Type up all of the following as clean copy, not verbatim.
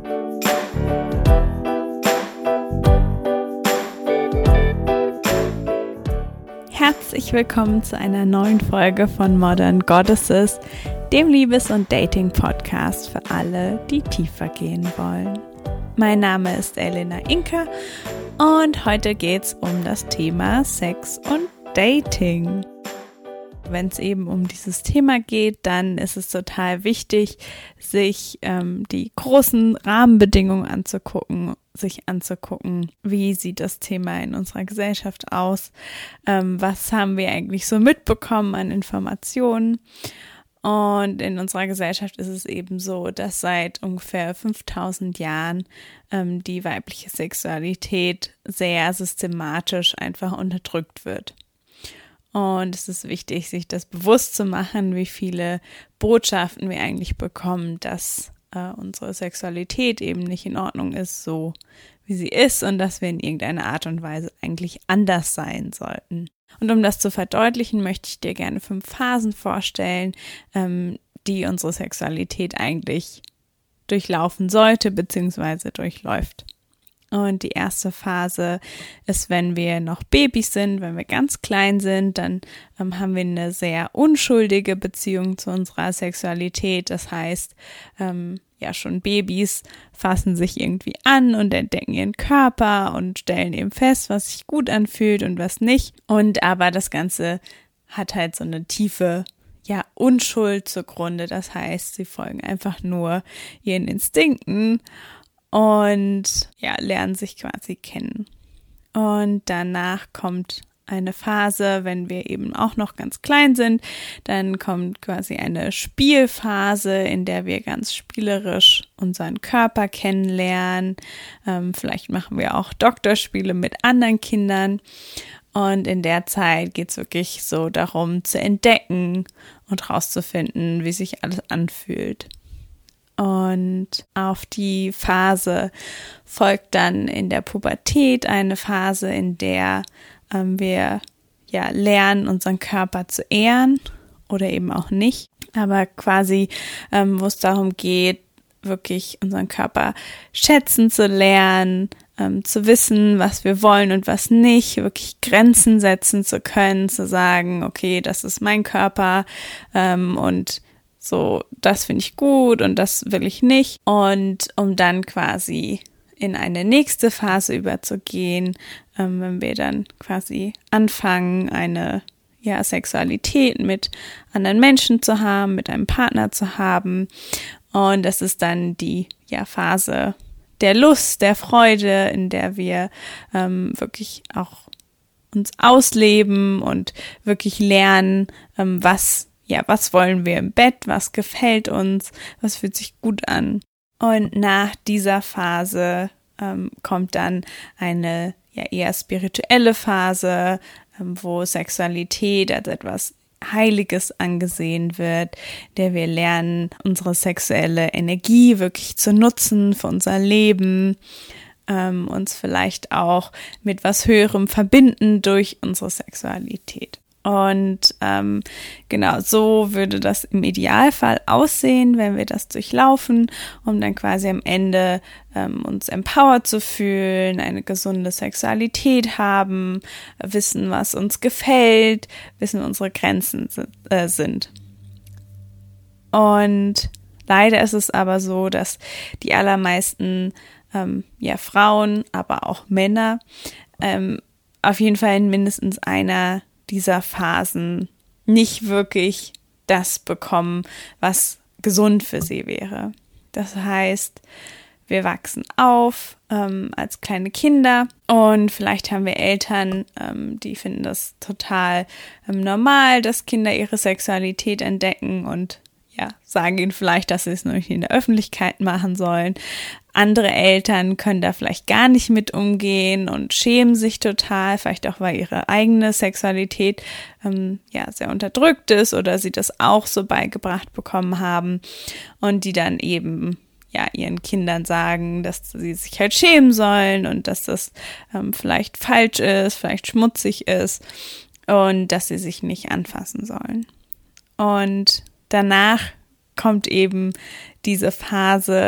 Herzlich willkommen zu einer neuen Folge von Modern Goddesses, dem Liebes- und Dating-Podcast für alle, die tiefer gehen wollen. Mein Name ist Elena Inka und heute geht es um das Thema Sex und Dating. Wenn es eben um dieses Thema geht, dann ist es total wichtig, sich die großen Rahmenbedingungen anzugucken, wie sieht das Thema in unserer Gesellschaft aus, was haben wir eigentlich so mitbekommen an Informationen. Und in unserer Gesellschaft ist es eben so, dass seit ungefähr 5000 Jahren die weibliche Sexualität sehr systematisch einfach unterdrückt wird. Und es ist wichtig, sich das bewusst zu machen, wie viele Botschaften wir eigentlich bekommen, dass unsere Sexualität eben nicht in Ordnung ist, so wie sie ist, und dass wir in irgendeiner Art und Weise eigentlich anders sein sollten. Und um das zu verdeutlichen, möchte ich dir gerne 5 Phasen vorstellen, die unsere Sexualität eigentlich durchlaufen sollte bzw. durchläuft. Und die erste Phase ist, wenn wir noch Babys sind, wenn wir ganz klein sind, dann haben wir eine sehr unschuldige Beziehung zu unserer Sexualität. Das heißt, schon Babys fassen sich irgendwie an und entdecken ihren Körper und stellen eben fest, was sich gut anfühlt und was nicht. Und aber das Ganze hat halt so eine tiefe Unschuld zugrunde. Das heißt, sie folgen einfach nur ihren Instinkten und lernen sich quasi kennen. Und danach kommt eine Phase, wenn wir eben auch noch ganz klein sind, dann kommt quasi eine Spielphase, in der wir ganz spielerisch unseren Körper kennenlernen. Vielleicht machen wir auch Doktorspiele mit anderen Kindern. Und in der Zeit geht es wirklich so darum, zu entdecken und rauszufinden, wie sich alles anfühlt. Und auf die Phase folgt dann in der Pubertät eine Phase, in der wir lernen, unseren Körper zu ehren oder eben auch nicht. Aber quasi, wo es darum geht, wirklich unseren Körper schätzen zu lernen, zu wissen, was wir wollen und was nicht, wirklich Grenzen setzen zu können, zu sagen, okay, das ist mein Körper und so, das finde ich gut und das will ich nicht. Und um dann quasi in eine nächste Phase überzugehen, wenn wir dann quasi anfangen, eine Sexualität mit anderen Menschen zu haben, mit einem Partner zu haben. Und das ist dann die Phase der Lust, der Freude, in der wir wirklich auch uns ausleben und wirklich lernen, was wollen wir im Bett, was gefällt uns, was fühlt sich gut an. Und nach dieser Phase kommt dann eine eher spirituelle Phase, wo Sexualität als etwas Heiliges angesehen wird, der wir lernen, unsere sexuelle Energie wirklich zu nutzen für unser Leben, uns vielleicht auch mit was Höherem verbinden durch unsere Sexualität. Und so würde das im Idealfall aussehen, wenn wir das durchlaufen, um dann quasi am Ende uns empowered zu fühlen, eine gesunde Sexualität haben, wissen, was uns gefällt, wissen, unsere Grenzen sind. Und leider ist es aber so, dass die allermeisten Frauen, aber auch Männer auf jeden Fall in mindestens einer dieser Phasen nicht wirklich das bekommen, was gesund für sie wäre. Das heißt, wir wachsen auf als kleine Kinder und vielleicht haben wir Eltern, die finden das total normal, dass Kinder ihre Sexualität entdecken und sagen ihnen vielleicht, dass sie es nur nicht in der Öffentlichkeit machen sollen. Andere Eltern können da vielleicht gar nicht mit umgehen und schämen sich total, vielleicht auch, weil ihre eigene Sexualität sehr unterdrückt ist oder sie das auch so beigebracht bekommen haben und die dann eben ihren Kindern sagen, dass sie sich halt schämen sollen und dass das vielleicht falsch ist, vielleicht schmutzig ist und dass sie sich nicht anfassen sollen. Und danach kommt eben diese Phase,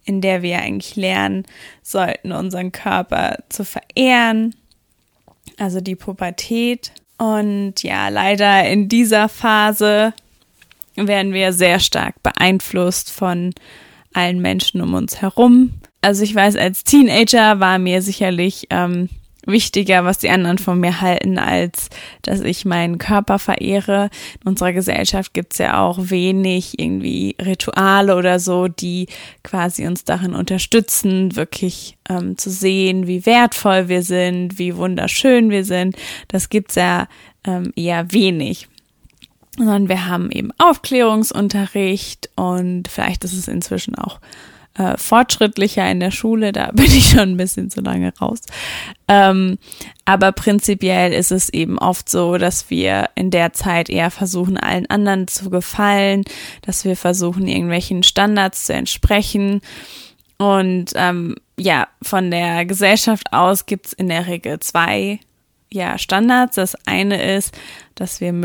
in der wir eigentlich lernen sollten, unseren Körper zu verehren, also die Pubertät. Und ja, leider in dieser Phase werden wir sehr stark beeinflusst von allen Menschen um uns herum. Also ich weiß, als Teenager war mir sicherlich wichtiger, was die anderen von mir halten, als dass ich meinen Körper verehre. In unserer Gesellschaft gibt's ja auch wenig irgendwie Rituale oder so, die quasi uns darin unterstützen, wirklich zu sehen, wie wertvoll wir sind, wie wunderschön wir sind. Das gibt's ja eher wenig. Sondern wir haben eben Aufklärungsunterricht und vielleicht ist es inzwischen auch fortschrittlicher in der Schule, da bin ich schon ein bisschen zu lange raus. Aber prinzipiell ist es eben oft so, dass wir in der Zeit eher versuchen, allen anderen zu gefallen, dass wir versuchen, irgendwelchen Standards zu entsprechen. Und von der Gesellschaft aus gibt's in der Regel 2 Standards. Das eine ist, dass wir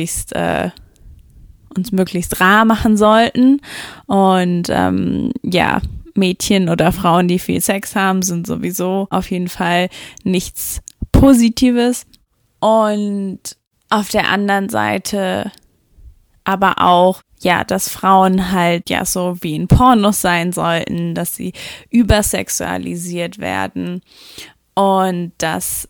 uns möglichst rar machen sollten und Mädchen oder Frauen, die viel Sex haben, sind sowieso auf jeden Fall nichts Positives. Und auf der anderen Seite aber auch, dass Frauen halt so wie in Pornos sein sollten, dass sie übersexualisiert werden und dass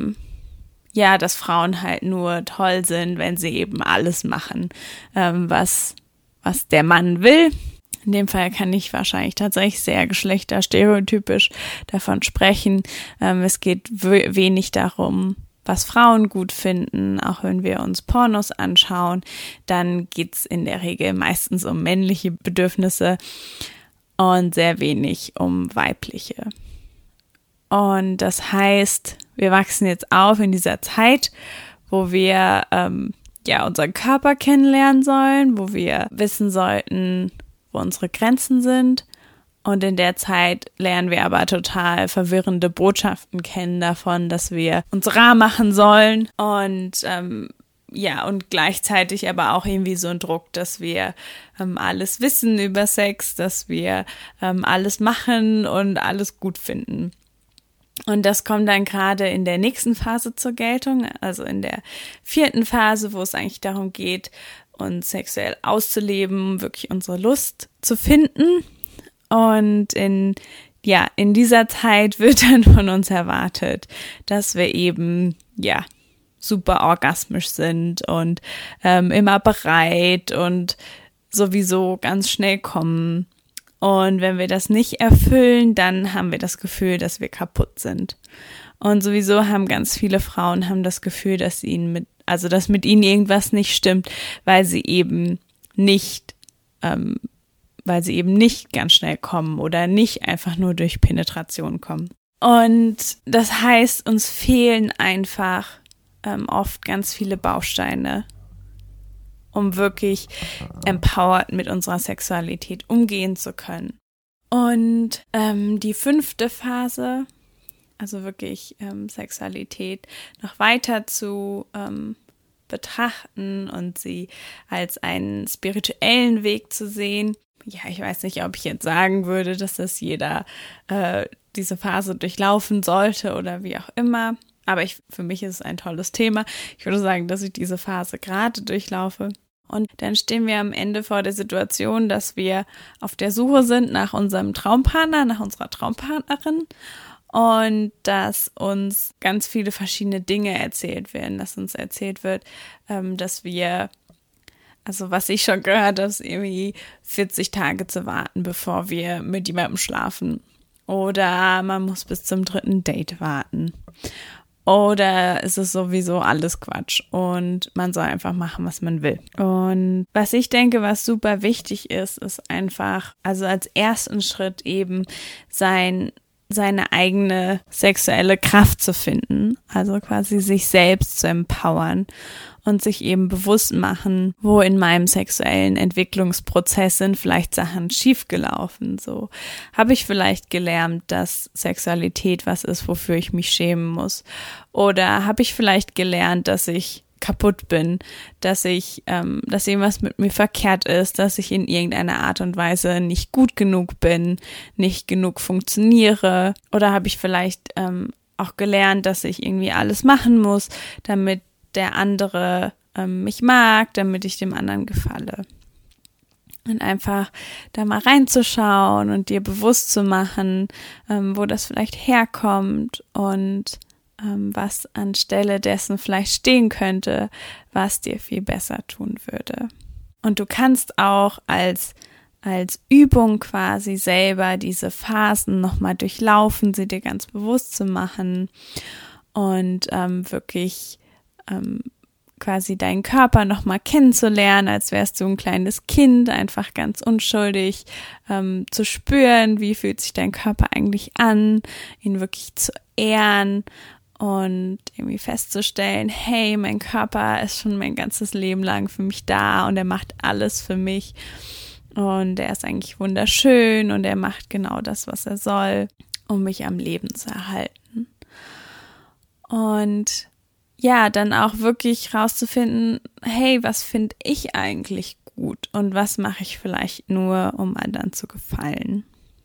Frauen halt nur toll sind, wenn sie eben alles machen, was der Mann will. In dem Fall kann ich wahrscheinlich tatsächlich sehr geschlechterstereotypisch davon sprechen. Es geht wenig darum, was Frauen gut finden. Auch wenn wir uns Pornos anschauen, dann geht's in der Regel meistens um männliche Bedürfnisse und sehr wenig um weibliche. Und das heißt, wir wachsen jetzt auf in dieser Zeit, wo wir unseren Körper kennenlernen sollen, wo wir wissen sollten, wo unsere Grenzen sind. Und in der Zeit lernen wir aber total verwirrende Botschaften kennen davon, dass wir uns rar machen sollen. Und und gleichzeitig aber auch irgendwie so ein Druck, dass wir alles wissen über Sex, dass wir alles machen und alles gut finden. Und das kommt dann gerade in der nächsten Phase zur Geltung, also in der 4. Phase, wo es eigentlich darum geht, uns sexuell auszuleben, wirklich unsere Lust zu finden. Und in dieser Zeit wird dann von uns erwartet, dass wir eben, super orgasmisch sind und immer bereit und sowieso ganz schnell kommen. Und wenn wir das nicht erfüllen, dann haben wir das Gefühl, dass wir kaputt sind. Und sowieso haben ganz viele Frauen das Gefühl, dass mit ihnen irgendwas nicht stimmt, weil sie eben nicht ganz schnell kommen oder nicht einfach nur durch Penetration kommen. Und das heißt, uns fehlen einfach oft ganz viele Bausteine, um wirklich empowered mit unserer Sexualität umgehen zu können. Und die 5. Phase, also wirklich Sexualität noch weiter zu betrachten und sie als einen spirituellen Weg zu sehen. Ja, ich weiß nicht, ob ich jetzt sagen würde, dass das jeder diese Phase durchlaufen sollte oder wie auch immer. Aber für mich ist es ein tolles Thema. Ich würde sagen, dass ich diese Phase gerade durchlaufe. Und dann stehen wir am Ende vor der Situation, dass wir auf der Suche sind nach unserem Traumpartner, nach unserer Traumpartnerin und dass uns ganz viele verschiedene Dinge erzählt werden, dass uns erzählt wird, dass wir, also was ich schon gehört habe, ist irgendwie 40 Tage zu warten, bevor wir mit jemandem schlafen. Oder man muss bis zum 3. Date warten. Oder ist es sowieso alles Quatsch und man soll einfach machen, was man will. Und was ich denke, was super wichtig ist, ist einfach, also als ersten Schritt eben seine eigene sexuelle Kraft zu finden, also quasi sich selbst zu empowern und sich eben bewusst machen, wo in meinem sexuellen Entwicklungsprozess sind vielleicht Sachen schiefgelaufen. So habe ich vielleicht gelernt, dass Sexualität was ist, wofür ich mich schämen muss. Oder habe ich vielleicht gelernt, dass ich kaputt bin, dass irgendwas mit mir verkehrt ist, dass ich in irgendeiner Art und Weise nicht gut genug bin, nicht genug funktioniere, oder habe ich vielleicht auch gelernt, dass ich irgendwie alles machen muss, damit der andere mich mag, damit ich dem anderen gefalle. Und einfach da mal reinzuschauen und dir bewusst zu machen, wo das vielleicht herkommt und was anstelle dessen vielleicht stehen könnte, was dir viel besser tun würde. Und du kannst auch als Übung quasi selber diese Phasen nochmal durchlaufen, sie dir ganz bewusst zu machen und wirklich quasi deinen Körper nochmal kennenzulernen, als wärst du ein kleines Kind, einfach ganz unschuldig zu spüren, wie fühlt sich dein Körper eigentlich an, ihn wirklich zu ehren und irgendwie festzustellen, hey, mein Körper ist schon mein ganzes Leben lang für mich da und er macht alles für mich und er ist eigentlich wunderschön und er macht genau das, was er soll, um mich am Leben zu erhalten. Und ja, dann auch wirklich rauszufinden, hey, was finde ich eigentlich gut und was mache ich vielleicht nur, um anderen zu gefallen.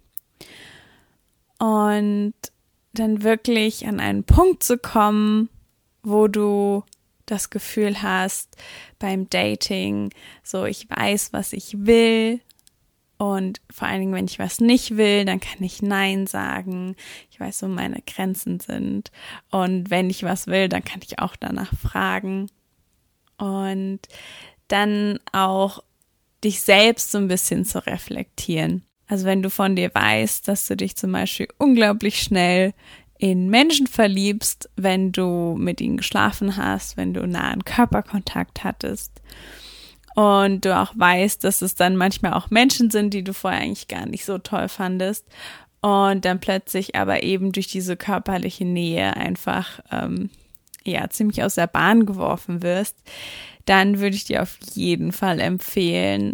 Und dann wirklich an einen Punkt zu kommen, wo du das Gefühl hast, beim Dating, so ich weiß, was ich will. Und vor allen Dingen, wenn ich was nicht will, dann kann ich Nein sagen. Ich weiß, wo meine Grenzen sind. Und wenn ich was will, dann kann ich auch danach fragen. Und dann auch dich selbst so ein bisschen zu reflektieren. Also wenn du von dir weißt, dass du dich zum Beispiel unglaublich schnell in Menschen verliebst, wenn du mit ihnen geschlafen hast, wenn du nahen Körperkontakt hattest. Und du auch weißt, dass es dann manchmal auch Menschen sind, die du vorher eigentlich gar nicht so toll fandest und dann plötzlich aber eben durch diese körperliche Nähe einfach ziemlich aus der Bahn geworfen wirst, dann würde ich dir auf jeden Fall empfehlen,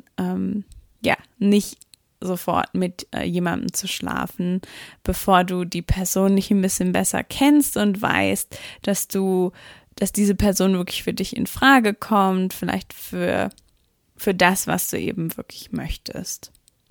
nicht sofort mit jemandem zu schlafen, bevor du die Person nicht ein bisschen besser kennst und weißt, dass diese Person wirklich für dich in Frage kommt, vielleicht für das, was du eben wirklich möchtest.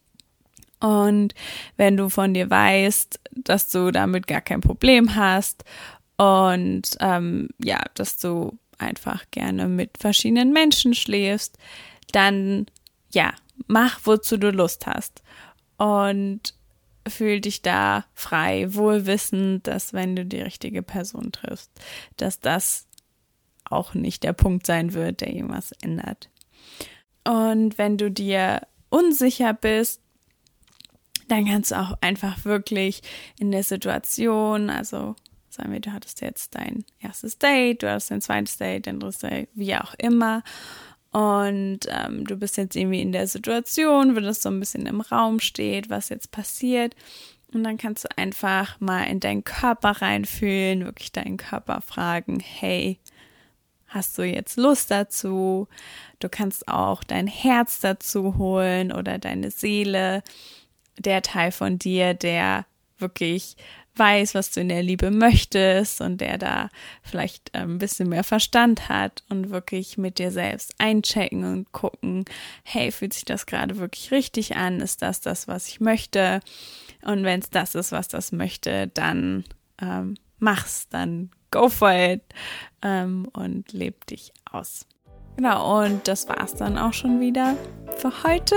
Und wenn du von dir weißt, dass du damit gar kein Problem hast und dass du einfach gerne mit verschiedenen Menschen schläfst, dann mach, wozu du Lust hast und fühl dich da frei, wohlwissend, dass wenn du die richtige Person triffst, dass das auch nicht der Punkt sein wird, der irgendwas ändert. Und wenn du dir unsicher bist, dann kannst du auch einfach wirklich in der Situation, also sagen wir, du hattest jetzt dein erstes Date, du hattest dein zweites Date, dein drittes Date, wie auch immer, und du bist jetzt irgendwie in der Situation, wo das so ein bisschen im Raum steht, was jetzt passiert, und dann kannst du einfach mal in deinen Körper reinfühlen, wirklich deinen Körper fragen, hey, hast du jetzt Lust dazu? Du kannst auch dein Herz dazu holen oder deine Seele, der Teil von dir, der wirklich weiß, was du in der Liebe möchtest und der da vielleicht ein bisschen mehr Verstand hat und wirklich mit dir selbst einchecken und gucken, hey, fühlt sich das gerade wirklich richtig an? Ist das, was ich möchte? Und wenn es das ist, was das möchte, dann mach's, dann go for it und leb dich aus. Genau, und das war's dann auch schon wieder für heute.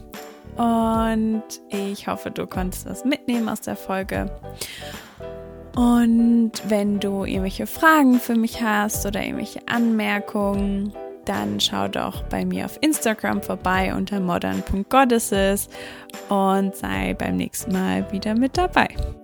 Und ich hoffe, du konntest was mitnehmen aus der Folge. Und wenn du irgendwelche Fragen für mich hast oder irgendwelche Anmerkungen, dann schau doch bei mir auf Instagram vorbei unter modern.goddesses und sei beim nächsten Mal wieder mit dabei.